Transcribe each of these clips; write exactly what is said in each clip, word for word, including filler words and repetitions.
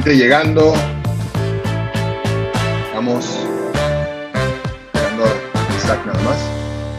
gente llegando. Estamos esperando a Isaac nada más.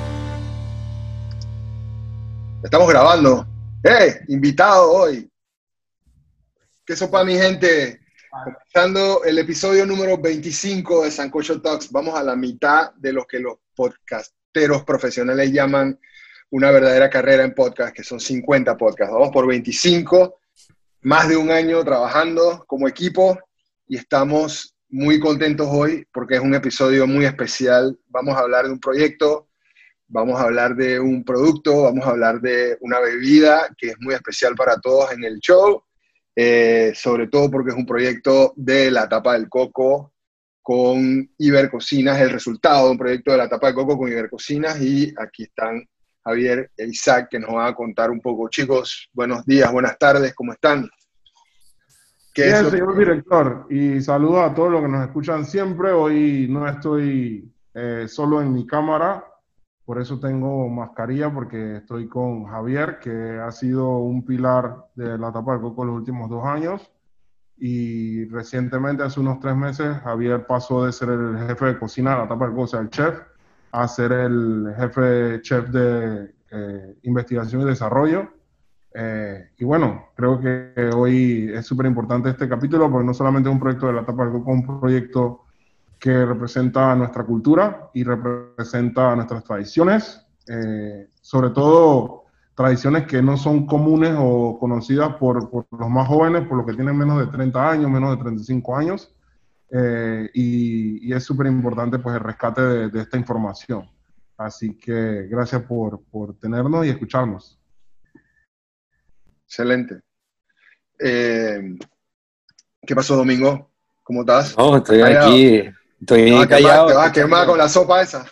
Estamos grabando. ¡Eh! Invitado hoy. ¿Qué sopa, mi gente? Comenzando el episodio número veinticinco de Sancocho Talks. Vamos a la mitad de lo que los podcasteros profesionales llaman una verdadera carrera en podcast, que son cincuenta podcasts. Vamos por veinticinco. Más de un año trabajando como equipo y estamos muy contentos hoy porque es un episodio muy especial. Vamos a hablar de un proyecto, vamos a hablar de un producto, vamos a hablar de una bebida que es muy especial para todos en el show, eh, sobre todo porque es un proyecto de la tapa del coco con Ibercocinas, el resultado de un proyecto de la tapa del coco con Ibercocinas, y aquí están Javier e Isaac, que nos van a contar un poco. Chicos, buenos días, buenas tardes, ¿cómo están? Bien, señor director, y saludo a todos los que nos escuchan siempre. Hoy no estoy eh, solo en mi cámara, por eso tengo mascarilla, porque estoy con Javier, que ha sido un pilar de la tapa del coco los últimos dos años, y recientemente, hace unos tres meses, Javier pasó de ser el jefe de cocina de la tapa del coco, o sea, el chef, a ser el jefe chef de eh, investigación y desarrollo. Eh, y bueno, creo que hoy es súper importante este capítulo porque no solamente es un proyecto de la tapa del coco, es un proyecto que representa nuestra cultura y representa nuestras tradiciones, eh, sobre todo tradiciones que no son comunes o conocidas por, por los más jóvenes, por los que tienen menos de treinta años, menos de treinta y cinco años. Eh, y, y es súper importante pues el rescate de, de esta información. Así que gracias por, por tenernos y escucharnos. Excelente. Eh, ¿Qué pasó, Domingo? ¿Cómo estás? No, estoy ¿Callado? aquí, estoy ¿Te vas a callado. quemar, te vas a quemar con la sopa esa?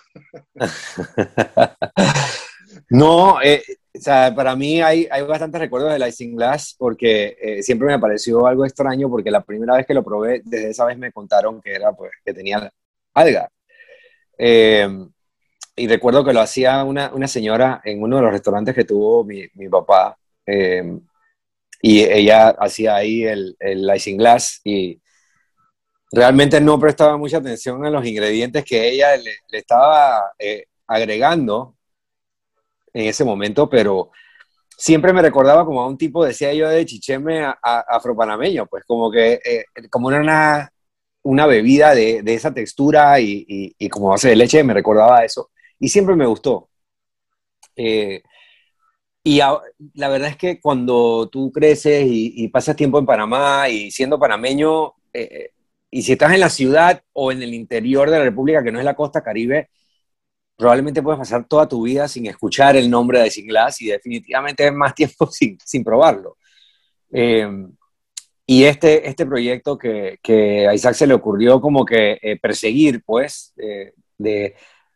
No, eh, o sea, para mí hay, hay bastantes recuerdos del Isinglass porque eh, siempre me pareció algo extraño porque la primera vez que lo probé, desde esa vez me contaron que era, pues, que tenía alga. Eh, y recuerdo que lo hacía una, una señora en uno de los restaurantes que tuvo mi, mi papá, eh, y ella hacía ahí el, el Isinglass y realmente no prestaba mucha atención a los ingredientes que ella le, le estaba eh, agregando en ese momento, pero siempre me recordaba como a un tipo, decía yo, de chicheme a, a, afropanameño, pues como que eh, como era una, una bebida de, de esa textura y, y, y como base de leche, me recordaba eso y siempre me gustó. Eh, y a, la verdad es que cuando tú creces y, y pasas tiempo en Panamá y siendo panameño, eh, y si estás en la ciudad o en el interior de la República, que no es la costa Caribe, probablemente puedes pasar toda tu vida sin escuchar el nombre de Isinglass y definitivamente más tiempo sin, sin probarlo. Eh, y este, este proyecto que, que a Isaac se le ocurrió como que eh, perseguir, pues, eh, de,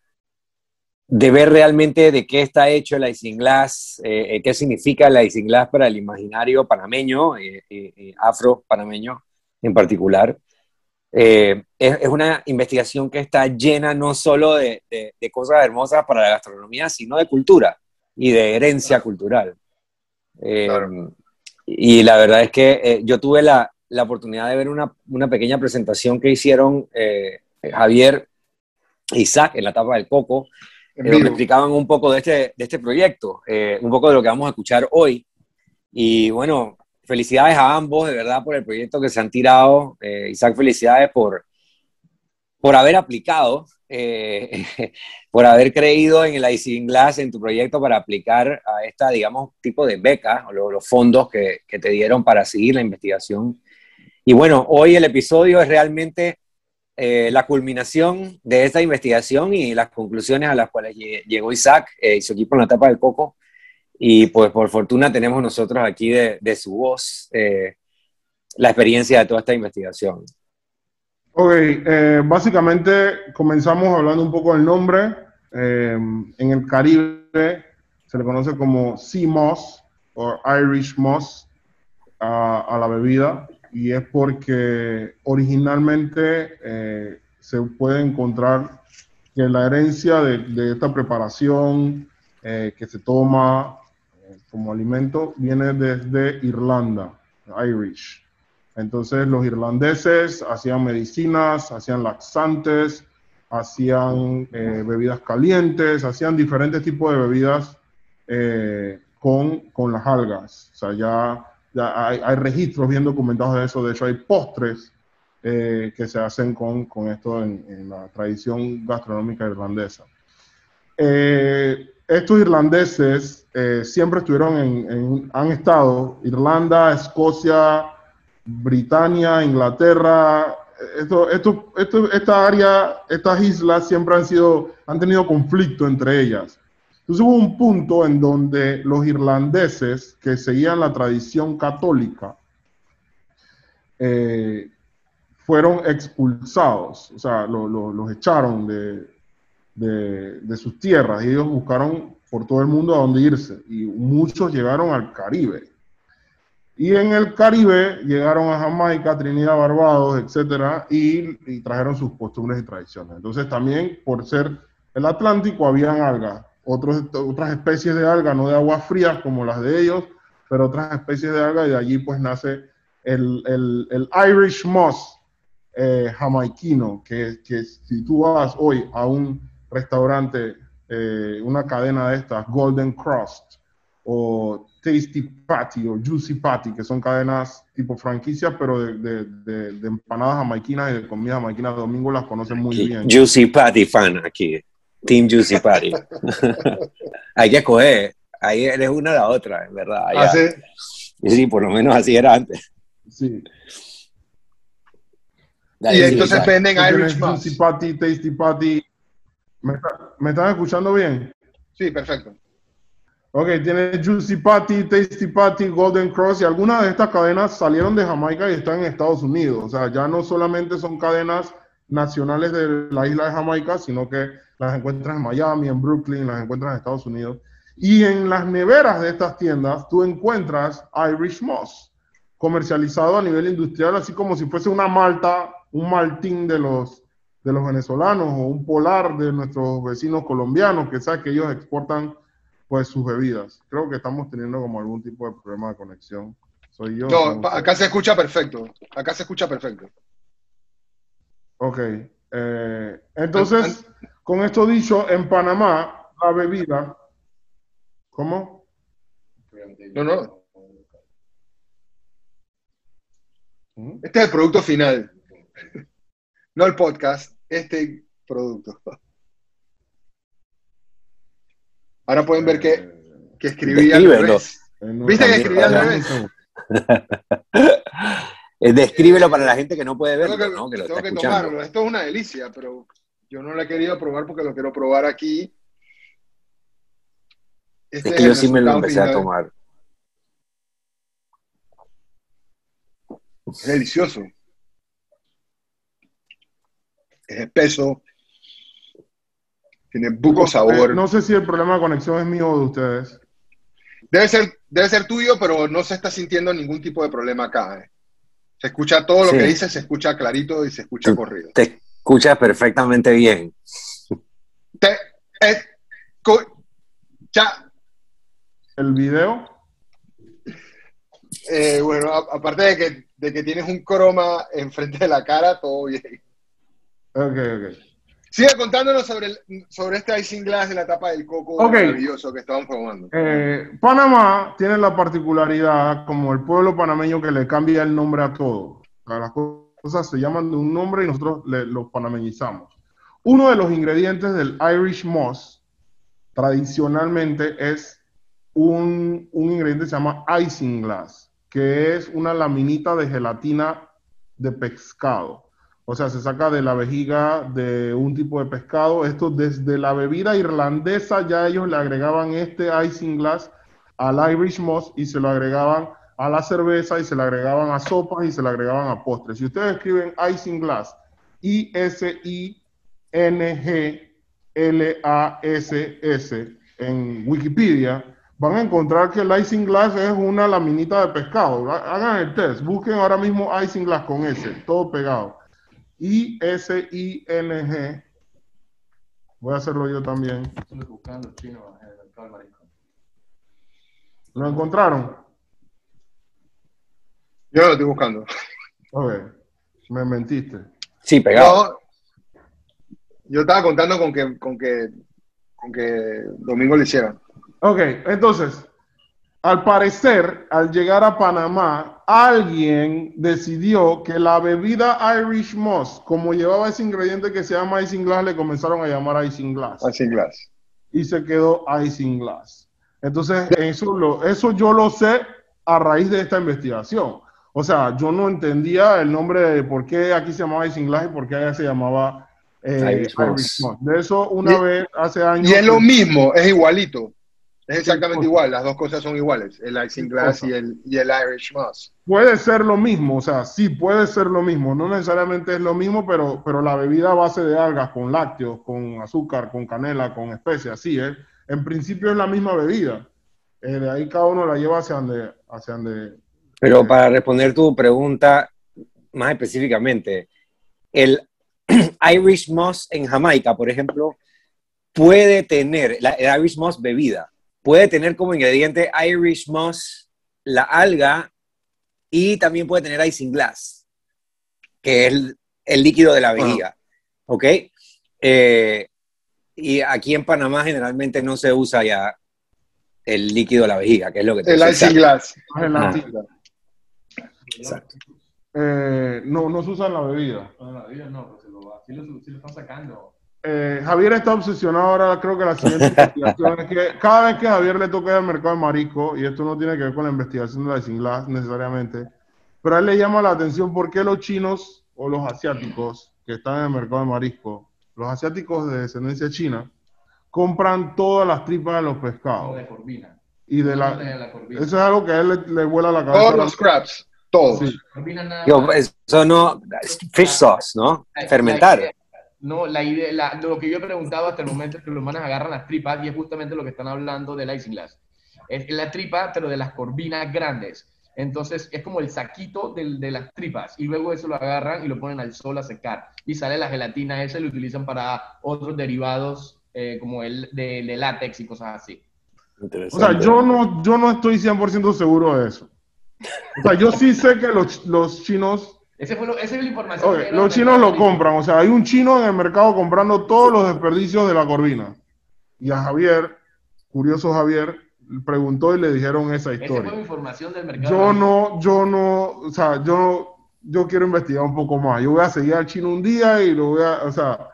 de ver realmente de qué está hecho el Isinglass, eh, qué significa el Isinglass para el imaginario panameño, eh, eh, afro-panameño en particular. Eh, es, es una investigación que está llena no solo de, de, de cosas hermosas para la gastronomía, sino de cultura y de herencia Claro. cultural. Eh, Claro. y la verdad es que eh, yo tuve la, la oportunidad de ver una, una pequeña presentación que hicieron eh, Javier e Isaac en la tapa del coco, En eh, donde vivo. explicaban un poco de este, de este proyecto, eh, un poco de lo que vamos a escuchar hoy. Y bueno, felicidades a ambos, de verdad, por el proyecto que se han tirado. Eh, Isaac, felicidades por, por haber aplicado, eh, por haber creído en el Isinglass, en tu proyecto para aplicar a esta, digamos, tipo de beca, o lo, los fondos que, que te dieron para seguir la investigación. Y bueno, hoy el episodio es realmente eh, la culminación de esta investigación y las conclusiones a las cuales llegó Isaac eh, y su equipo en la tapa del coco. Y pues por fortuna tenemos nosotros aquí de, de su voz eh, la experiencia de toda esta investigación. Ok, eh, básicamente comenzamos hablando un poco del nombre. Eh, en el Caribe se le conoce como Sea Moss o Irish Moss a, a la bebida, y es porque originalmente eh, se puede encontrar que la herencia de, de esta preparación eh, que se toma como alimento viene desde Irlanda, Irish. Entonces los irlandeses hacían medicinas, hacían laxantes, hacían eh, bebidas calientes, hacían diferentes tipos de bebidas eh, con, con las algas. O sea, ya, ya hay, hay registros bien documentados de eso. De hecho, hay postres eh, que se hacen con, con esto en, en la tradición gastronómica irlandesa. Eh, estos irlandeses eh, siempre estuvieron en, en, han estado Irlanda, Escocia, Britania, Inglaterra. Esto, esto, esto, esta área, estas islas siempre han sido, han tenido conflicto entre ellas. Entonces hubo un punto en donde los irlandeses que seguían la tradición católica eh, fueron expulsados, o sea, lo, lo, los echaron de, de, de sus tierras y ellos buscaron por todo el mundo a dónde irse y muchos llegaron al Caribe. Y en el Caribe llegaron a Jamaica, Trinidad, Barbados, etcétera, y, y trajeron sus costumbres y tradiciones. Entonces también, por ser el Atlántico, habían algas, otros, otras especies de algas, no de aguas frías como las de ellos, pero otras especies de algas, y de allí pues nace el, el, el Irish Moss eh, jamaiquino, que, que si tú vas hoy a un restaurante, eh, una cadena de estas, Golden Crust, o Tasty Patty o Juicy Patty, que son cadenas tipo franquicias, pero de, de, de, de empanadas jamaiquinas y de comida jamaiquina. Domingo las conocen muy aquí, bien. Juicy Patty fan aquí, Team Juicy Patty. Hay que escoger, ahí eres una o la otra, en verdad. ¿Ah, sí? Sí, por lo menos así era antes. Sí. Dale, y entonces sí, venden Irish Moss. Juicy Patty, Tasty Patty. ¿Me, ¿Me están escuchando bien? Sí, perfecto. Ok, tiene Juicy Patty, Tasty Patty, Golden Cross, y algunas de estas cadenas salieron de Jamaica y están en Estados Unidos. O sea, ya no solamente son cadenas nacionales de la isla de Jamaica, sino que las encuentras en Miami, en Brooklyn, las encuentras en Estados Unidos. Y en las neveras de estas tiendas, tú encuentras Irish Moss, comercializado a nivel industrial, así como si fuese una malta, un maltín de los, de los venezolanos, o un polar de nuestros vecinos colombianos, que sabes que ellos exportan pues sus bebidas. Creo que estamos teniendo como algún tipo de problema de conexión. ¿Soy yo? No, acá se escucha perfecto. Acá se escucha perfecto. Ok. Eh, entonces, an, an, con esto dicho, en Panamá, la bebida... ¿Cómo? No, no. Este es el producto final. No el podcast, este producto. Ahora pueden ver que, que escribía al revés. ¿Viste que escribía al revés? Descríbelo para la gente que no puede verlo, tengo que, ¿no? Que lo tengo está que escuchando. tomarlo. Esto es una delicia, pero yo no lo he querido probar porque lo quiero probar aquí. Este es que es yo sí me lo empecé final. a tomar. Es delicioso. Es espeso. Tiene buco sabor. No sé si el problema de conexión es mío o de ustedes. Debe ser, debe ser tuyo, pero no se está sintiendo ningún tipo de problema acá. ¿eh? Se escucha todo lo sí. que dice, se escucha clarito y se escucha Tú, corrido. Te escuchas perfectamente bien. Te escucha. ¿El video? Eh, bueno, a, aparte de que, de que tienes un croma enfrente de la cara, todo bien. Ok, ok. Sigue contándonos sobre, el, sobre este isinglass de la tapa del coco okay. maravilloso que estaban probando. Eh, Panamá tiene la particularidad, como el pueblo panameño, que le cambia el nombre a todo. O sea, las cosas se llaman de un nombre y nosotros le, los panameñizamos. Uno de los ingredientes del Irish Moss, tradicionalmente, es un, un ingrediente que se llama isinglass, que es una laminita de gelatina de pescado. O sea, se saca de la vejiga de un tipo de pescado. Esto desde la bebida irlandesa ya ellos le agregaban este isinglass al Irish Moss y se lo agregaban a la cerveza y se le agregaban a sopas y se le agregaban a postres. Si ustedes escriben isinglass, I S I N G L A S S en Wikipedia, van a encontrar que el isinglass es una laminita de pescado. Hagan el test, busquen ahora mismo isinglass con S, todo pegado. I S I N G. Voy a hacerlo yo también. ¿Lo encontraron? Yo lo estoy buscando. Ok, me mentiste. Sí, pegado. No, yo estaba contando con que, con que, con que Domingo lo hiciera. Ok, entonces, al parecer, al llegar a Panamá, alguien decidió que la bebida Irish Moss, como llevaba ese ingrediente que se llama Ising Glass, le comenzaron a llamar Ising Glass. Así, glass. Y se quedó Ising Glass. Entonces, eso, lo, eso yo lo sé a raíz de esta investigación. O sea, yo no entendía el nombre de por qué aquí se llamaba Ising Glass y por qué allá se llamaba eh, Irish Moss. Irish Moss. De eso, una Y, vez, hace años... y es lo mismo, es igualito. Es exactamente Sí, igual, las dos cosas son iguales, el Ising Glass cosa. y el, y el Irish Moss. Puede ser lo mismo, o sea, sí puede ser lo mismo, no necesariamente es lo mismo, pero, pero la bebida a base de algas, con lácteos, con azúcar, con canela, con especias, sí, ¿eh? En principio es la misma bebida. Eh, de ahí cada uno la lleva hacia donde... Hacia donde Pero eh, para responder tu pregunta más específicamente, el Irish Moss en Jamaica, por ejemplo, puede tener, la, el Irish Moss bebida, puede tener como ingrediente Irish Moss, la alga, y también puede tener isinglass, que es el, el líquido de la vejiga. Uh-huh. ¿Ok? Eh, y aquí en Panamá generalmente no se usa ya el líquido de la vejiga, que es lo que te El usa. isinglass. Ah. Exacto. Eh, no, no se usa en la bebida. No, en la bebida no, pero se lo, sí lo, sí lo están sacando. Eh, Javier está obsesionado ahora, creo que la siguiente investigación es que cada vez que a Javier le toca el mercado de marisco, y esto no tiene que ver con la investigación de la Isinglass necesariamente, pero a él le llama la atención por qué los chinos o los asiáticos que están en el mercado de marisco, los asiáticos de descendencia china, compran todas las tripas de los pescados. No, de corvina. Y de No, la, no de la corvina. eso es algo que a él le, le vuela la cabeza. Todos los crabs, todos. Sí. Corvina nada Yo, más. eso no, fish sauce, ¿no? La- Fermentar. la idea- no, la idea, la- lo que yo he preguntado hasta el momento es que los manes agarran las tripas y es justamente lo que están hablando del isinglass. Es la tripa, pero de las corvinas grandes. Entonces es como el saquito del, de las tripas y luego eso lo agarran y lo ponen al sol a secar y sale la gelatina esa y lo utilizan para otros derivados eh, como el de, de látex y cosas así. O sea, yo no, yo no estoy cien por ciento seguro de eso. O sea, yo sí sé que los, los chinos... Ese fue lo, esa es la información. Okay, que era los chinos lo compran, o sea, hay un chino en el mercado comprando todos los desperdicios de la corvina. Y a Javier, curioso Javier, preguntó y le dijeron esa Esa historia. fue mi información del mercado. Yo no, yo no, o sea, yo, yo quiero investigar un poco más. Yo voy a seguir al chino un día y lo voy a, o sea,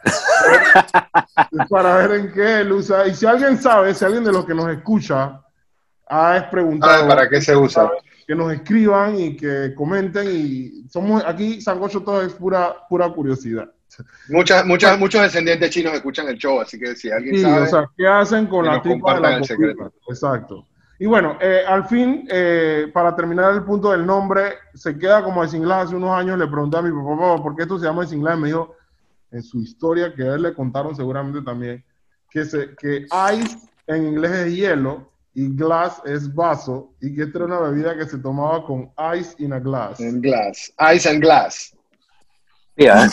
para ver en qué él usa. Y si alguien sabe, si alguien de los que nos escucha ha preguntado... Ah, ¿para qué se usa? Que nos escriban y que comenten y somos aquí Sancocho todo es pura pura curiosidad. Muchas, muchas, muchos descendientes chinos escuchan el show, así que si alguien Sí, sabe, o sea, ¿qué hacen con que la nos tripa de compartan la el corvina? secreto. Exacto. Y bueno, eh, al fin, eh, para terminar el punto del nombre, se queda como Isinglass. Hace unos años le pregunté a mi papá, ¿por qué esto se llama Isinglass? Y me dijo, en su historia, que a él le contaron seguramente también, que, se, que ice en inglés es hielo, y glass es vaso, y que esta era una bebida que se tomaba con ice in a glass. En glass. Ice and glass. Yeah.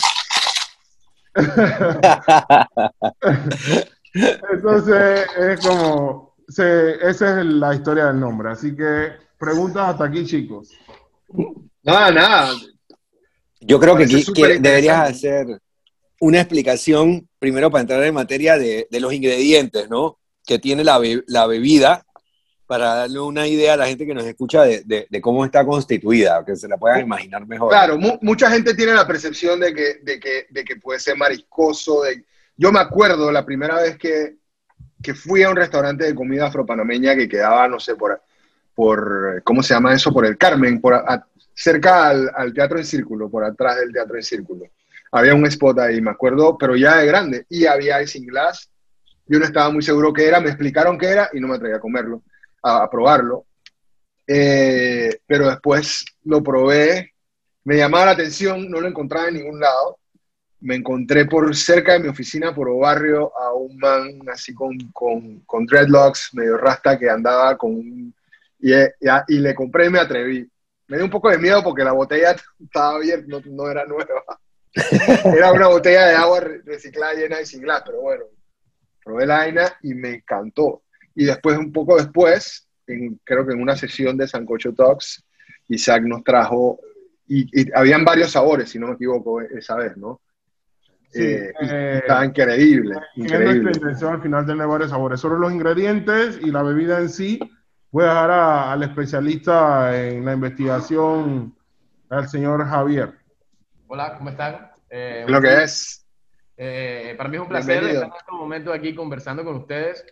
Entonces, es como, se, esa es la historia del nombre. Así que, preguntas hasta aquí, chicos. Nada, nada. Yo creo que, Parece que deberías superinteresante. hacer una explicación, primero para entrar en materia de, de los ingredientes, ¿no? Que tiene la, be la bebida, para darle una idea a la gente que nos escucha de, de, de cómo está constituida, que se la puedan imaginar mejor. Claro, mu mucha gente tiene la percepción de que, de que, de que puede ser mariscoso. De... Yo me acuerdo la primera vez que, que fui a un restaurante de comida afropanameña que quedaba, no sé, por, por ¿cómo se llama eso? Por el Carmen, por a, cerca al, al Teatro en Círculo, por atrás del Teatro en Círculo. Había un spot ahí, me acuerdo, pero ya de grande, y había isinglass. Yo no estaba muy seguro qué era, me explicaron qué era y no me atreví a comerlo. A, a probarlo, eh, pero después lo probé, me llamaba la atención, no lo encontraba en ningún lado, me encontré por cerca de mi oficina, por barrio, a un man así con, con, con dreadlocks, medio rasta, que andaba con un, y, y, y le compré y me atreví. Me dio un poco de miedo porque la botella estaba abierta, no, no era nueva, era una botella de agua reciclada llena de isinglass, pero bueno, probé la vaina y me encantó. Y después, un poco después, en, creo que en una sesión de Sancocho Talks, Isaac nos trajo y, y habían varios sabores, si no me equivoco, esa vez, ¿no? Sí, eh, eh, estaba increíble, increíble. Nuestra intención al final tener varios sabores. Sobre los ingredientes y la bebida en sí, voy a dejar a, al especialista en la investigación, al señor Javier. Hola, ¿cómo están? Eh, ¿Qué es lo que es? Eh, para mí es un placer Bienvenido. estar en este momento aquí conversando con ustedes.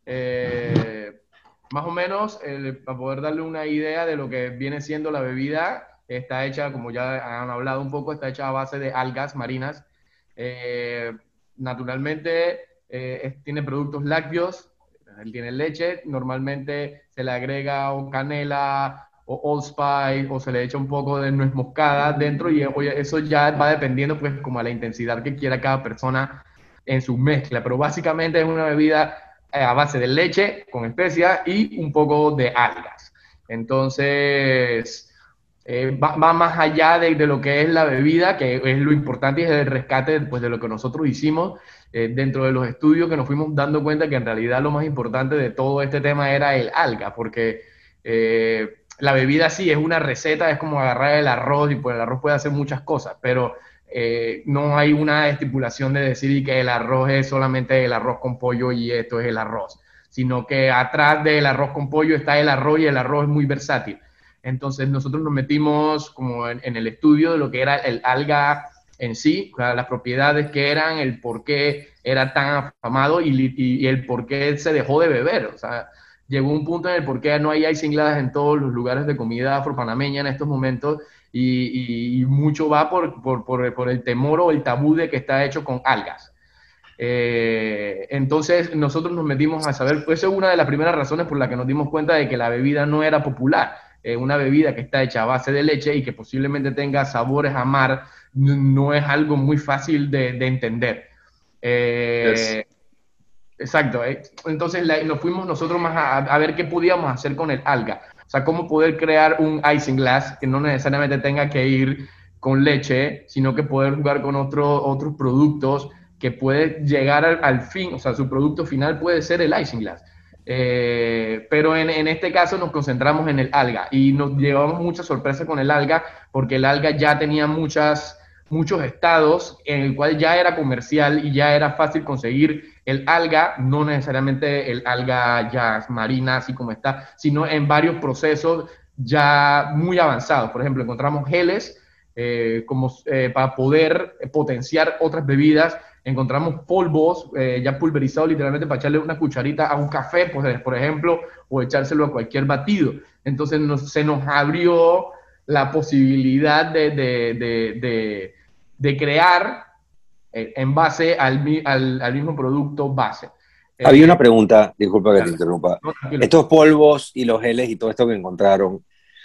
Eh, más o menos, eh, para poder darle una idea de lo que viene siendo la bebida, está hecha, como ya han hablado un poco, está hecha a base de algas marinas. Eh, naturalmente, eh, es, tiene productos lácteos, tiene leche, normalmente se le agrega o canela o allspice o se le echa un poco de nuez moscada dentro y eso ya va dependiendo pues como a la intensidad que quiera cada persona en su mezcla, pero básicamente es una bebida a base de leche con especias y un poco de algas. Entonces... Eh, va, va más allá de, de lo que es la bebida, que es lo importante y es el rescate pues, de lo que nosotros hicimos eh, dentro de los estudios, que nos fuimos dando cuenta que en realidad lo más importante de todo este tema era el alga, porque eh, la bebida sí es una receta, es como agarrar el arroz y pues el arroz puede hacer muchas cosas, pero eh, no hay una estipulación de decir que el arroz es solamente el arroz con pollo y esto es el arroz, sino que atrás del arroz con pollo está el arroz y el arroz es muy versátil. Entonces nosotros nos metimos como en, en el estudio de lo que era el alga en sí, o sea, las propiedades que eran, el por qué era tan afamado y, y, y el por qué se dejó de beber. O sea, llegó un punto en el por qué no hay isinglass en todos los lugares de comida afropanameña en estos momentos y, y, y mucho va por, por, por, por el temor o el tabú de que está hecho con algas. Eh, entonces nosotros nos metimos a saber, pues esa es una de las primeras razones por las que nos dimos cuenta de que la bebida no era popular. Eh, una bebida que está hecha a base de leche y que posiblemente tenga sabores a mar, no, no es algo muy fácil de, de entender. Eh, yes. Exacto. Eh. Entonces la, nos fuimos nosotros más a, a ver qué podíamos hacer con el alga. O sea, cómo poder crear un isinglass que no necesariamente tenga que ir con leche, sino que poder jugar con otro, otros productos que puede llegar al, al fin, o sea, su producto final puede ser el isinglass. Eh, pero en, en este caso nos concentramos en el alga y nos llevamos mucha sorpresa con el alga porque el alga ya tenía muchas, muchos estados en el cual ya era comercial y ya era fácil conseguir el alga, no necesariamente el alga ya marina así como está, sino en varios procesos ya muy avanzados. Por ejemplo, encontramos geles eh, como, eh, para poder potenciar otras bebidas. Encontramos polvos eh, ya pulverizados literalmente para echarle una cucharita a un café, pues, por ejemplo, o echárselo a cualquier batido. Entonces nos, se nos abrió la posibilidad de, de, de, de, de crear eh, en base al, al, al mismo producto base. Había eh, una pregunta, disculpa que claro, te interrumpa. No, Estos polvos y los geles y todo esto que encontraron,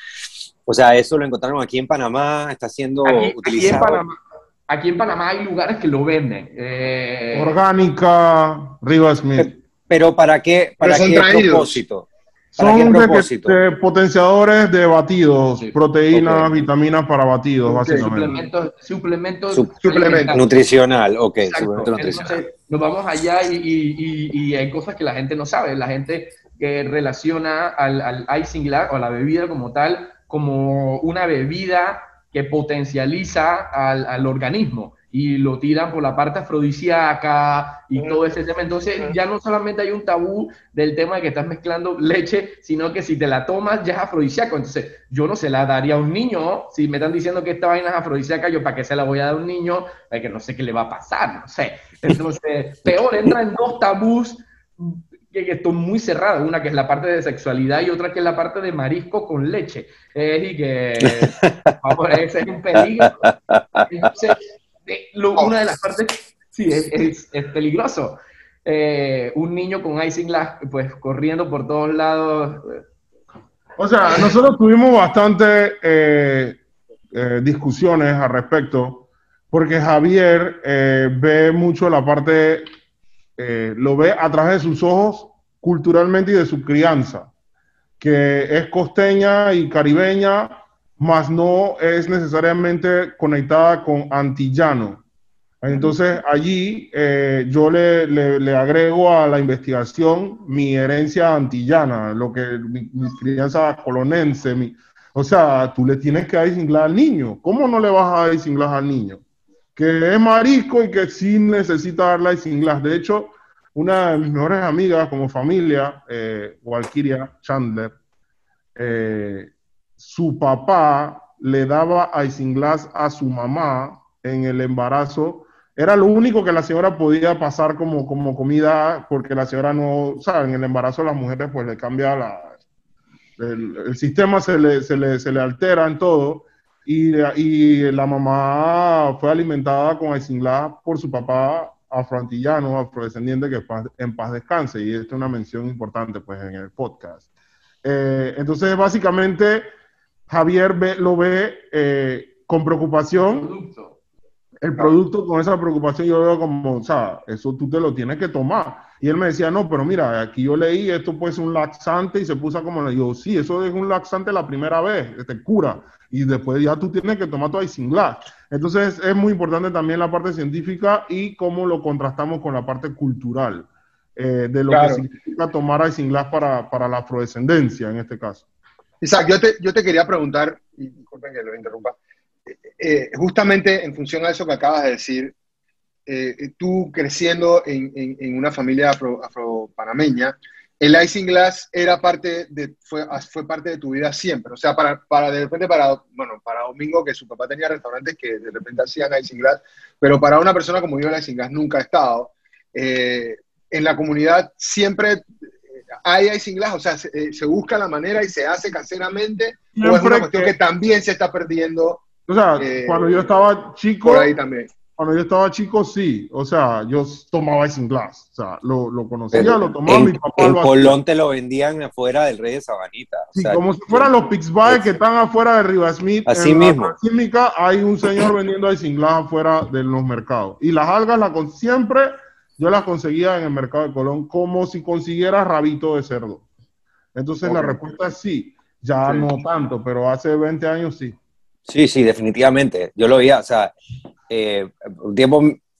o sea, ¿eso lo encontraron aquí en Panamá? ¿Está siendo aquí, utilizado? Aquí en Panamá. Aquí en Panamá hay lugares que lo venden. Eh... Orgánica, Riva Smith. Pero ¿para qué, para Pero qué traídos. propósito? ¿Para son qué de, propósito? de potenciadores de batidos, Sí. proteínas, Okay. vitaminas para batidos, Okay. básicamente. Suplementos, suplementos Sup suplemento. nutricional, ok, Exacto. suplemento nutricional. Entonces, nos vamos allá y, y, y, y hay cosas que la gente no sabe. La gente que relaciona al, al isinglass o a la bebida como tal como una bebida que potencializa al, al organismo y lo tiran por la parte afrodisíaca y todo ese tema. Entonces ya no solamente hay un tabú del tema de que estás mezclando leche, sino que si te la tomas ya es afrodisíaco. Entonces yo no se la daría a un niño. Si me están diciendo que esta vaina es afrodisíaca, yo para qué se la voy a dar a un niño, que no sé qué le va a pasar, no sé. Entonces peor, entra en dos tabús que están muy cerrados, una que es la parte de sexualidad y otra que es la parte de marisco con leche. Eh, y que, vamos, ese es un peligro. Entonces, eh, lo, una de las partes, sí, es, es, es peligroso. Eh, un niño con isinglass, pues, corriendo por todos lados. O sea, nosotros tuvimos bastante eh, eh, discusiones al respecto, porque Javier eh, ve mucho la parte... Eh, lo ve a través de sus ojos culturalmente y de su crianza, que es costeña y caribeña, mas no es necesariamente conectada con antillano. Entonces allí eh, yo le, le, le agrego a la investigación mi herencia antillana, lo que mi, mi crianza colonense, mi, O sea, tú le tienes que dar isinglass al niño. ¿Cómo no le vas a dar isinglass al niño? Que es marisco y que sí necesita darle isinglass. De hecho, una de mis mejores amigas como familia, eh, Walkiria Chandler, eh, su papá le daba isinglass a su mamá en el embarazo. Era lo único que la señora podía pasar como, como comida, porque la señora no, o sea, en el embarazo a las mujeres pues le cambia la, el, el sistema, se le, se, le, se le altera en todo, y, y la mamá fue alimentada con isinglass por su papá afroantillano, afrodescendiente, que en paz descanse, y esta es una mención importante pues en el podcast. Eh, entonces, básicamente, Javier ve, lo ve eh, con preocupación. El producto. El producto, con esa preocupación, yo veo como, o sea, eso tú te lo tienes que tomar. Y él me decía, no, pero mira, aquí yo leí, esto puede ser un laxante, y se puso como, yo, sí, eso es un laxante la primera vez, te cura, y después ya tú tienes que tomar tu isinglass. Entonces, es muy importante también la parte científica y cómo lo contrastamos con la parte cultural. Eh, de lo claro. que significa tomar isinglass para, para la afrodescendencia, en este caso. Isaac, yo te, yo te quería preguntar, y disculpen que lo interrumpa, eh, justamente en función a eso que acabas de decir, eh, tú creciendo en, en, en una familia afro, afro-panameña, el isinglass era parte de, fue, fue parte de tu vida siempre. O sea, para, para de repente, para, bueno, para Domingo, que su papá tenía restaurantes que de repente hacían isinglass, pero para una persona como yo, el isinglass nunca ha estado. Eh, en la comunidad siempre hay isinglass, o sea, se, se busca la manera y se hace caseramente, siempre o es una cuestión que, que también se está perdiendo. O sea, eh, cuando yo estaba chico, por ahí también. Cuando yo estaba chico, sí. O sea, yo tomaba isinglass. O sea, lo, lo conocía, Pero lo tomaba, en, mi papá en lo Colón hacía. te lo vendían afuera del Rey de Sabanita. O sí, sea, como si fueran los Pixbae que están afuera de Rivasmith. Así en mismo. la química hay un señor vendiendo isinglass afuera de los mercados. Y las algas, la con, siempre yo las conseguía en el mercado de Colón como si consiguiera rabito de cerdo. Entonces, okay. La respuesta es sí. Ya sí. No tanto, pero hace veinte años sí. Sí, sí, definitivamente. Yo lo veía, o sea, eh, un tiempo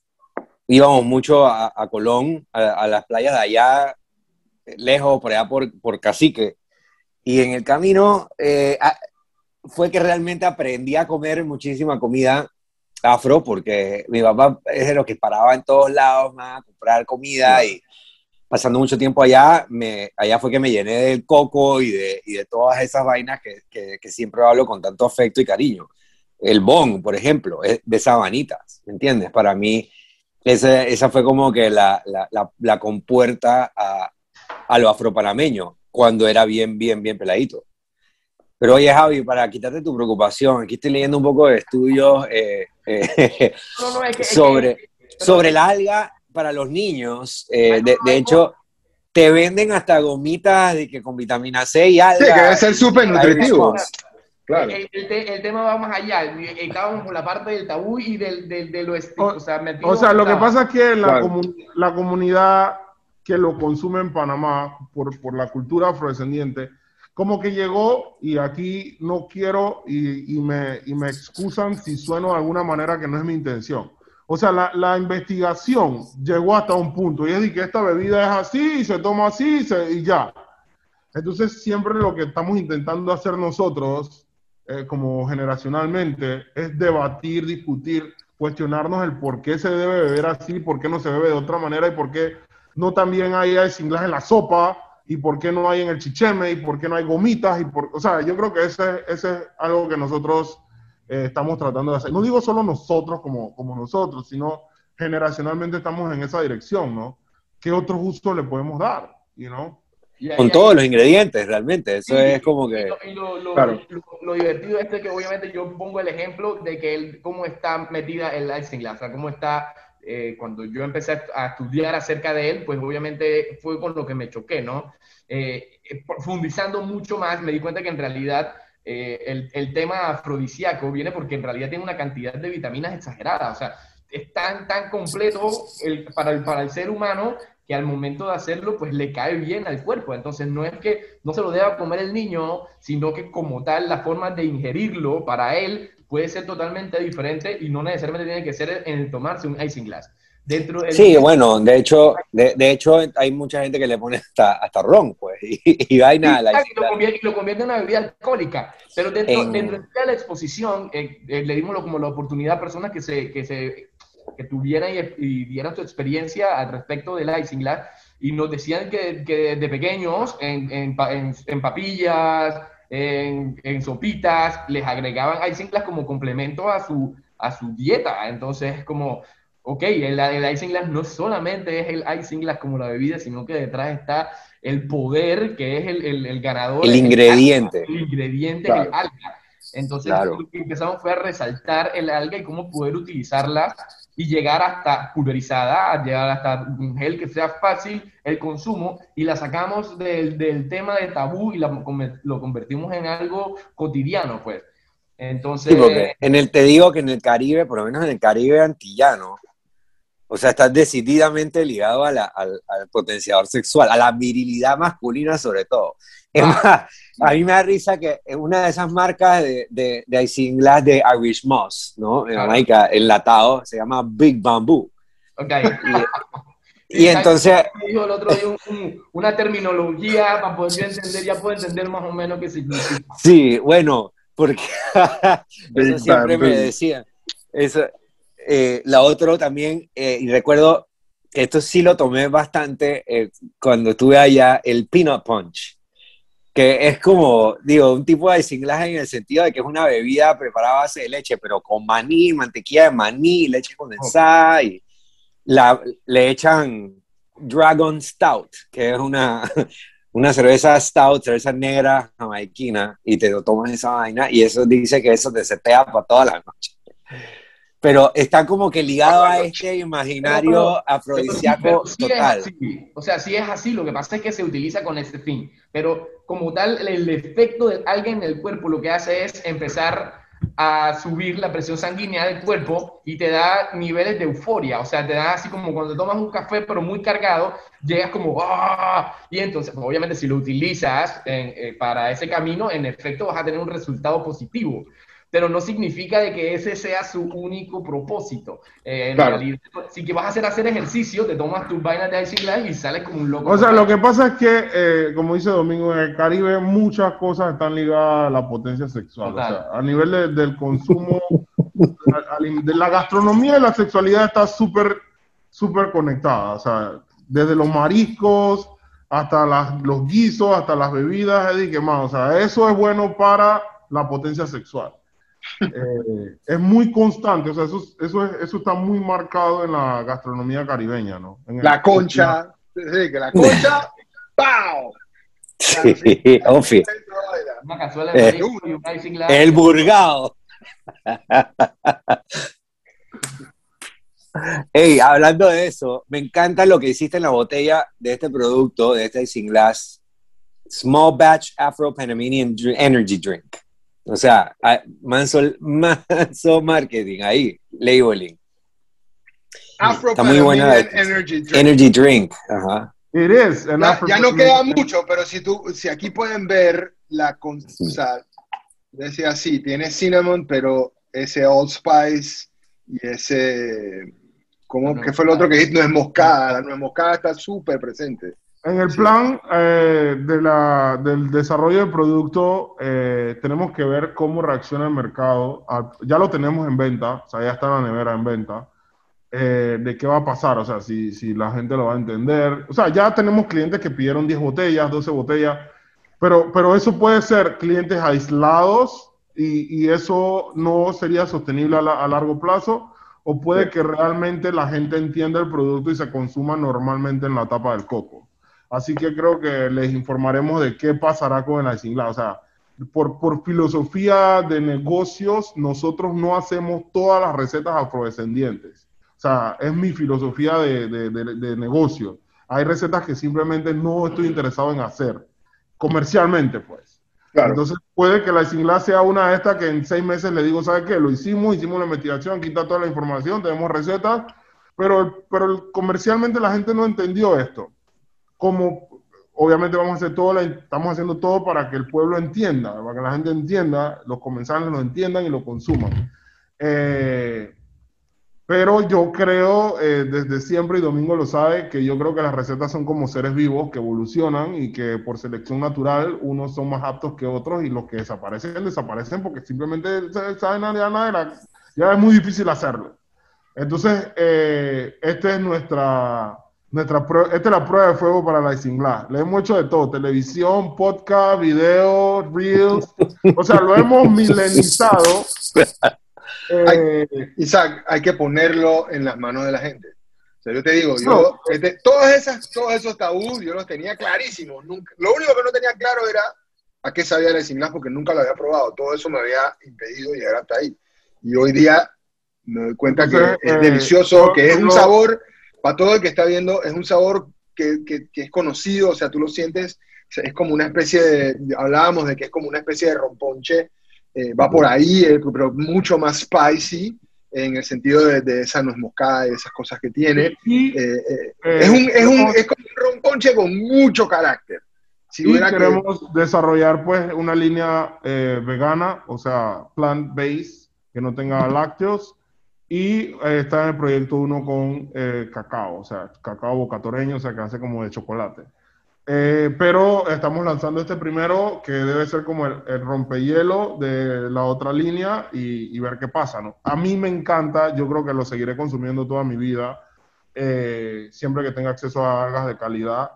íbamos mucho a, a Colón, a, a las playas de allá, lejos, por allá por, por Cacique. Y en el camino eh, a, fue que realmente aprendí a comer muchísima comida afro, porque mi papá es de los que paraba en todos lados más a comprar comida, sí. Y pasando mucho tiempo allá, me, allá fue que me llené del coco y de, y de todas esas vainas que, que, que siempre hablo con tanto afecto y cariño. El bon, por ejemplo, es de Sabanitas, ¿me entiendes? Para mí, ese, esa fue como que la, la, la, la compuerta a, a lo afropanameño, cuando era bien, bien, bien peladito. Pero oye, Javi, para quitarte tu preocupación, aquí estoy leyendo un poco de estudios eh, eh, no, no, es que, sobre, es que, sobre la alga para los niños. Eh, de, de hecho, te venden hasta gomitas de que con vitamina C y alga. Sí, que debe ser súper nutritivo. Claro. El, el, el tema va más allá. Estábamos por la parte del tabú y del, del, de lo estigma. O sea, o sea, lo que pasa es que la, claro. comun, la comunidad que lo consume en Panamá, por, por la cultura afrodescendiente, como que llegó, y aquí no quiero, y, y, me, y me excusan si sueno de alguna manera que no es mi intención. O sea, la, la investigación llegó hasta un punto, y es de que esta bebida es así, y se toma así, y, se, y ya. Entonces, siempre lo que estamos intentando hacer nosotros, eh, como generacionalmente, es debatir, discutir, cuestionarnos el por qué se debe beber así, por qué no se bebe de otra manera, y por qué no también hay isinglass en la sopa, y por qué no hay en el chicheme, y por qué no hay gomitas, y por, o sea, yo creo que ese, ese es algo que nosotros eh, estamos tratando de hacer. No digo solo nosotros como, como nosotros, sino generacionalmente estamos en esa dirección, ¿no? ¿Qué otros usos le podemos dar, you know? Yeah, Con yeah, todos yeah. los ingredientes, realmente. Eso sí, es como que... Y lo, y lo, lo, claro. lo, lo divertido es que obviamente yo pongo el ejemplo de que el, cómo está metida el isinglass, o sea, cómo está... Eh, cuando yo empecé a estudiar acerca de él, pues obviamente fue con lo que me choqué, ¿no? Eh, profundizando mucho más, me di cuenta que en realidad eh, el, el tema afrodisíaco viene porque en realidad tiene una cantidad de vitaminas exagerada, o sea, es tan, tan completo el, para, el, para el ser humano que al momento de hacerlo, pues le cae bien al cuerpo. Entonces no es que no se lo deba comer el niño, sino que como tal, la forma de ingerirlo para él puede ser totalmente diferente y no necesariamente tiene que ser en el tomarse un isinglass. dentro del... Sí, bueno, de hecho, de, de hecho hay mucha gente que le pone hasta, hasta ron, pues, y, y vaina. Sí, La y lo convierte, y lo convierte en una bebida alcohólica, pero dentro, en, dentro de la exposición eh, eh, le dimos como la oportunidad a personas que se, que se que tuvieran y, y dieran su experiencia al respecto del Isinglass y nos decían que, que de pequeños en, en, en, en papillas, en, en, sopitas, les agregaban Isinglass como complemento a su, a su dieta. Entonces, como, ok, el, el Isinglass no solamente es el Isinglass como la bebida, sino que detrás está el poder que es el, el, el ganador. el es ingrediente. El, alga, el ingrediente claro. es el alga. Entonces, claro. lo que empezamos fue a resaltar el alga y cómo poder utilizarla y llegar hasta pulverizada, a llegar hasta un gel que sea fácil el consumo, y la sacamos del, del tema de tabú y la, lo convertimos en algo cotidiano, pues. Entonces... Sí, porque en el, te digo que en el Caribe, por lo menos en el Caribe antillano, o sea, estás decididamente ligado a la, al, al potenciador sexual, a la virilidad masculina sobre todo. Es ah, más, a mí me da risa que una de esas marcas de, de, de Isinglass de Irish Moss, ¿no? En Jamaica, enlatado, se llama Big Bamboo. Ok. Y, y entonces... Dijo el otro día un, un, una terminología para poder yo entender, ya puedo entender más o menos qué significa. Sí, bueno, porque eso siempre me decía. Eso, eh, la otra también, eh, y recuerdo que esto sí lo tomé bastante eh, cuando estuve allá, el Peanut Punch, que es como, digo, un tipo de Isinglass en el sentido de que es una bebida preparada a base de leche, pero con maní, mantequilla de maní, leche condensada, y la, le echan Dragon Stout, que es una, una cerveza stout, cerveza negra jamaiquina, y te lo tomas esa vaina, y eso dice que eso te setea para toda la noche. Pero está como que ligado a este imaginario afrodisíaco pero sí, pero sí total. Es así. O sea, sí es así, lo que pasa es que se utiliza con ese fin, pero como tal, el efecto de alga en el cuerpo lo que hace es empezar a subir la presión sanguínea del cuerpo y te da niveles de euforia, o sea, te da así como cuando tomas un café pero muy cargado, llegas como ¡ah! Y entonces, pues, obviamente si lo utilizas en, eh, para ese camino, en efecto vas a tener un resultado positivo, pero no significa de que ese sea su único propósito. Eh, en claro. realidad, si que vas a hacer hacer ejercicio, te tomas tus vainas de Isinglass y sales como un loco. O sea, lo que pasa es que, eh, como dice Domingo, en el Caribe muchas cosas están ligadas a la potencia sexual. Total. O sea, a nivel de, del consumo, a, a, de la gastronomía y la sexualidad está súper, súper conectada. O sea, desde los mariscos hasta las, los guisos, hasta las bebidas, Eddie, ¿qué más? O sea, eso es bueno para la potencia sexual. Eh, es muy constante, o sea, eso, eso, es, eso está muy marcado en la gastronomía caribeña, ¿no? En la el, concha, sí, que la concha, ¡pau! Sí, obvio. Una cazuela de marisco eh, y un Isinglass. El burgado. Hey, hablando de eso, me encanta lo que hiciste en la botella de este producto, de este Isinglass Small Batch Afro-Panamanian Energy Drink. O sea, manso, manso marketing ahí, labeling. Está muy buena. Energy Drink. Energy Drink, ajá. It is an ya, ya no queda mucho, pero si tú, si aquí pueden ver la, o sea, decía así, tiene cinnamon, pero ese Old Spice y ese, ¿cómo? No, ¿qué fue el otro que dijiste? Nuez moscada. La nuez moscada está súper presente. En el plan eh, de la, del desarrollo del producto, eh, tenemos que ver cómo reacciona el mercado. Ya lo tenemos en venta, o sea, ya está en la nevera en venta. Eh, de qué va a pasar, o sea, si, si la gente lo va a entender. O sea, ya tenemos clientes que pidieron diez botellas, doce botellas, pero, pero eso puede ser clientes aislados y, y eso no sería sostenible a, la, a largo plazo, o puede que realmente la gente entienda el producto y se consuma normalmente en la tapa del coco. Así que creo que les informaremos de qué pasará con el Isinglass. O sea, por, por filosofía de negocios, nosotros no hacemos todas las recetas afrodescendientes. O sea, es mi filosofía de, de, de, de negocio. Hay recetas que simplemente no estoy interesado en hacer, comercialmente, pues. Claro. Entonces, puede que la Isinglass sea una de estas que en seis meses le digo, ¿sabes qué? Lo hicimos, hicimos la investigación, quita toda la información, tenemos recetas, pero, pero comercialmente la gente no entendió esto. Como obviamente vamos a hacer todo, la, estamos haciendo todo para que el pueblo entienda, para que la gente entienda, los comensales lo entiendan y lo consuman. Eh, Pero yo creo, eh, desde siempre, y Domingo lo sabe, que yo creo que las recetas son como seres vivos que evolucionan y que por selección natural unos son más aptos que otros y los que desaparecen, desaparecen porque simplemente saben ya nada de la, ya es muy difícil hacerlo. Entonces, eh, esta es nuestra, nuestra prueba, esta es la prueba de fuego para la Isinglass. Le hemos hecho de todo, televisión, podcast, video, reels, o sea, lo hemos milenizado. Eh, hay, Isaac, hay que ponerlo en las manos de la gente. O sea, yo te digo, yo, no. este, todas esas, todos esos tabús yo los tenía clarísimos. Nunca, lo único que no tenía claro era a qué sabía el Isinglass porque nunca lo había probado. Todo eso me había impedido llegar hasta ahí. Y hoy día me doy cuenta Entonces, que es eh, delicioso, que es un sabor, para todo el que está viendo, es un sabor que, que, que es conocido, o sea, tú lo sientes, es como una especie de, hablábamos de que es como una especie de romponche. Eh, va por ahí, eh, pero mucho más spicy, en el sentido de, de esa nuez moscada y esas cosas que tiene. Eh, eh, eh, es, un, es, un, es como un romponche con mucho carácter. Si y queremos que... desarrollar pues una línea eh, vegana, o sea, plant-based, que no tenga lácteos, y eh, está en el proyecto uno con eh, cacao, o sea, cacao bocatoreño, o sea, que hace como de chocolate. Eh, pero estamos lanzando este primero que debe ser como el, el rompehielo de la otra línea y, y ver qué pasa, ¿no? A mí me encanta, yo creo que lo seguiré consumiendo toda mi vida, eh, siempre que tenga acceso a algas de calidad,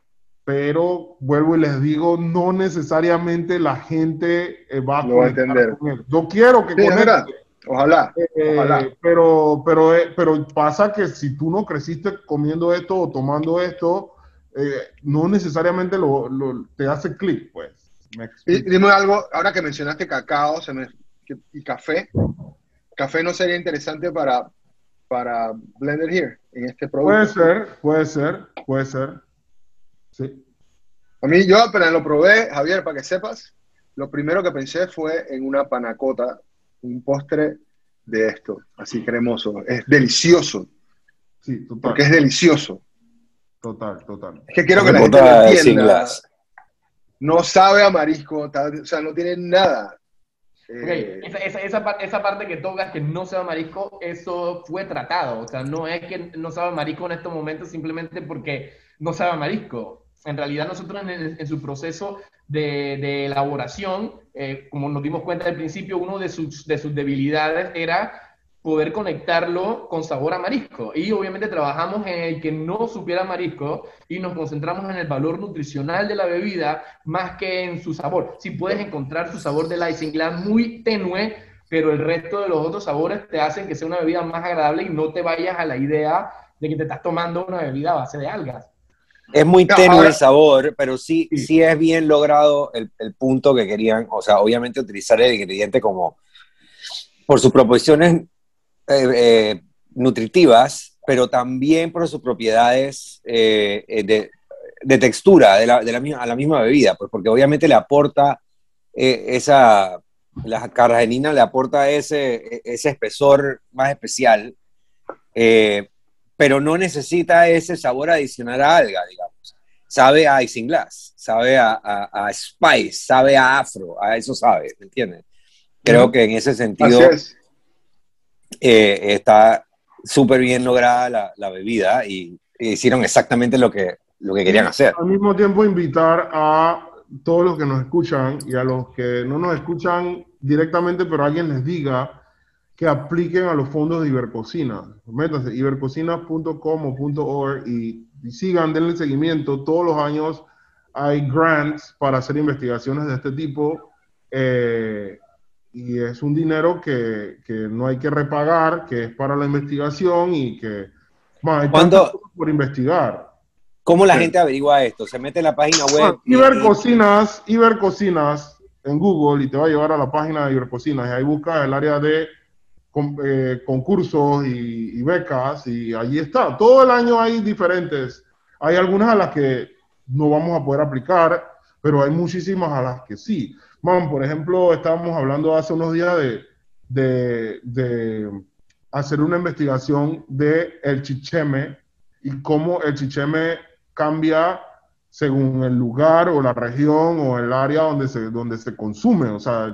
pero vuelvo y les digo, no necesariamente la gente eh, va a no conectar entender. con él. Yo quiero que sí, conecte. Ojalá, eh, ojalá. Pero, pero, eh, pero pasa que si tú no creciste comiendo esto o tomando esto, Eh, no necesariamente lo, lo, te hace clic, pues. Y, dime algo, ahora que mencionaste cacao se me, y café, ¿café no sería interesante para, para Blended Here, en este producto? Puede ser, puede ser, puede ser, sí. A mí, yo apenas lo probé, Javier, para que sepas, lo primero que pensé fue en una panacota, un postre de esto, así cremoso, es delicioso. Sí, total. Porque es delicioso. Total, total. Es que quiero que la gente lo entienda. No sabe a marisco, o sea, no tiene nada. Okay. Eh, esa, esa, esa, esa parte que tocas, que no sabe a marisco, eso fue tratado. O sea, no es que no sabe a marisco en estos momentos simplemente porque no sabe a marisco. En realidad nosotros en, en su proceso de, de elaboración, eh, como nos dimos cuenta al principio, uno de sus, de sus debilidades era poder conectarlo con sabor a marisco. Y obviamente trabajamos en el que no supiera marisco y nos concentramos en el valor nutricional de la bebida más que en su sabor. Si puedes encontrar su sabor de la Isinglass muy tenue, pero el resto de los otros sabores te hacen que sea una bebida más agradable y no te vayas a la idea de que te estás tomando una bebida a base de algas. Es muy tenue el sabor, pero sí, sí es bien logrado el, el punto que querían, o sea, obviamente utilizar el ingrediente como por sus proporciones Eh, eh, nutritivas, pero también por sus propiedades eh, de, de textura de la, de la, a la misma bebida, pues porque obviamente le aporta eh, esa, la carragenina le aporta ese, ese espesor más especial, eh, pero no necesita ese sabor adicional a alga, digamos. Sabe a Isinglass, sabe a, a, a Spice, sabe a Afro, a eso sabe, ¿me entiendes? Creo uh-huh. que en ese sentido Eh, está súper bien lograda la, la bebida y, y hicieron exactamente lo que, lo que querían hacer. Al mismo tiempo invitar a todos los que nos escuchan y a los que no nos escuchan directamente, pero alguien les diga que apliquen a los fondos de Ibercocina. Métanse, ibercocina punto com o .org y, y sigan, denle seguimiento. Todos los años hay grants para hacer investigaciones de este tipo. Eh, y es un dinero que, que no hay que repagar, que es para la investigación y que bueno, hay tantas cosas por investigar. ¿Cómo la sí. gente averigua esto? ¿Se mete en la página web? Bueno, Ibercocinas, y... Ibercocinas en Google y te va a llevar a la página de Ibercocinas y ahí buscas el área de con, eh, concursos y, y becas y allí está. Todo el año hay diferentes. Hay algunas a las que no vamos a poder aplicar, pero hay muchísimas a las que sí. Man, por ejemplo, estábamos hablando hace unos días de, de, de hacer una investigación de el chicheme y cómo el chicheme cambia según el lugar o la región o el área donde se, donde se consume. O sea,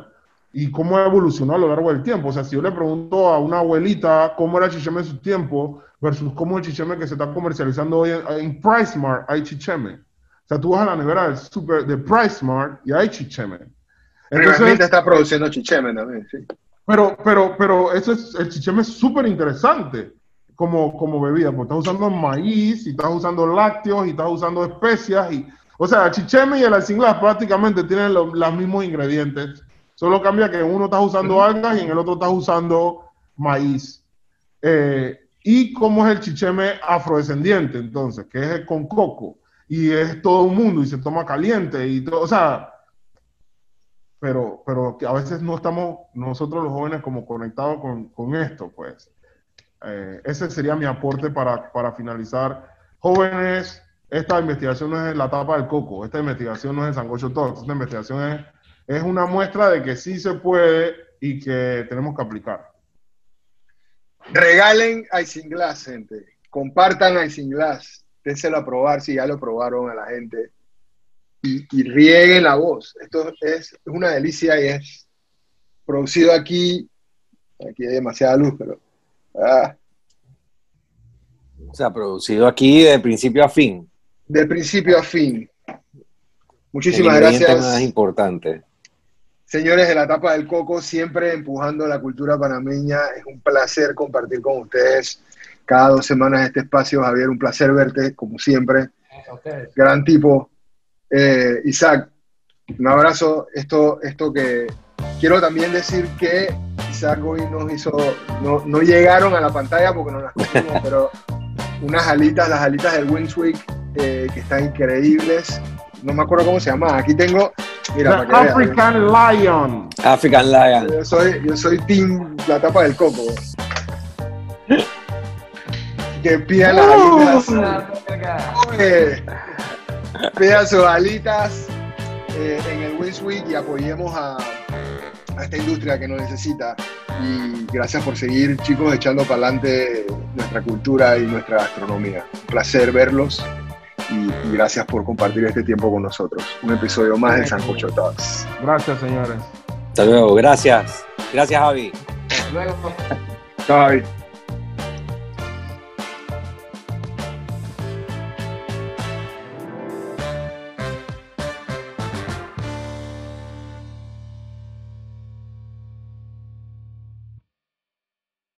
y cómo ha evolucionado a lo largo del tiempo. O sea, si yo le pregunto a una abuelita cómo era el chicheme en su tiempo versus cómo el chicheme que se está comercializando hoy en, en PriceSmart, hay chicheme. O sea, tú vas a la nevera del super de PriceSmart y hay chicheme. Entonces está produciendo chicheme también, sí. Pero, pero, pero eso es, el chicheme es súper interesante como, como bebida, porque estás usando maíz, y estás usando lácteos, y estás usando especias, y, o sea, el chicheme y el isinglass prácticamente tienen lo, los mismos ingredientes, solo cambia que en uno estás usando algas y en el otro estás usando maíz. Eh, y cómo es el chicheme afrodescendiente, entonces, que es con coco, y es todo un mundo, y se toma caliente, y todo, o sea... Pero, pero que a veces no estamos nosotros los jóvenes como conectados con, con esto, pues. Eh, ese sería mi aporte para, para finalizar. Jóvenes, esta investigación no es la tapa del coco, esta investigación no es en Sancocho Talks, esta investigación es, es una muestra de que sí se puede y que tenemos que aplicar. Regalen isinglass, gente. Compartan isinglass. Déselo a probar si ya lo probaron a la gente. Y, y rieguen la voz. Esto es, es una delicia y es producido aquí. Aquí hay demasiada luz, pero... Ah. O sea, producido aquí de principio a fin. De principio a fin. Muchísimas El ingrediente gracias. más importante. Señores de la Tapa del Coco, siempre empujando la cultura panameña. Es un placer compartir con ustedes cada dos semanas este espacio. Javier, un placer verte, como siempre. Gran tipo. Eh, Isaac, un abrazo. Esto, esto que quiero también decir que Isaac hoy nos hizo, no, no llegaron a la pantalla porque no las pusimos, pero unas alitas, las alitas del Wingstweek, eh, que están increíbles. No me acuerdo cómo se llama. Aquí tengo, mira, The African vean. Lion. African Lion. Yo soy, yo soy team la Tapa del Coco. Que pidan las alitas. Oye, pidan sus alitas eh, en el Wingstweek y apoyemos a, a esta industria que nos necesita. Y gracias por seguir, chicos, echando para adelante nuestra cultura y nuestra gastronomía. Un placer verlos y, y gracias por compartir este tiempo con nosotros. Un episodio más de Sancocho Talks. Gracias, señores. Hasta luego, gracias. Gracias, Javi. Hasta luego. Chao, Javi.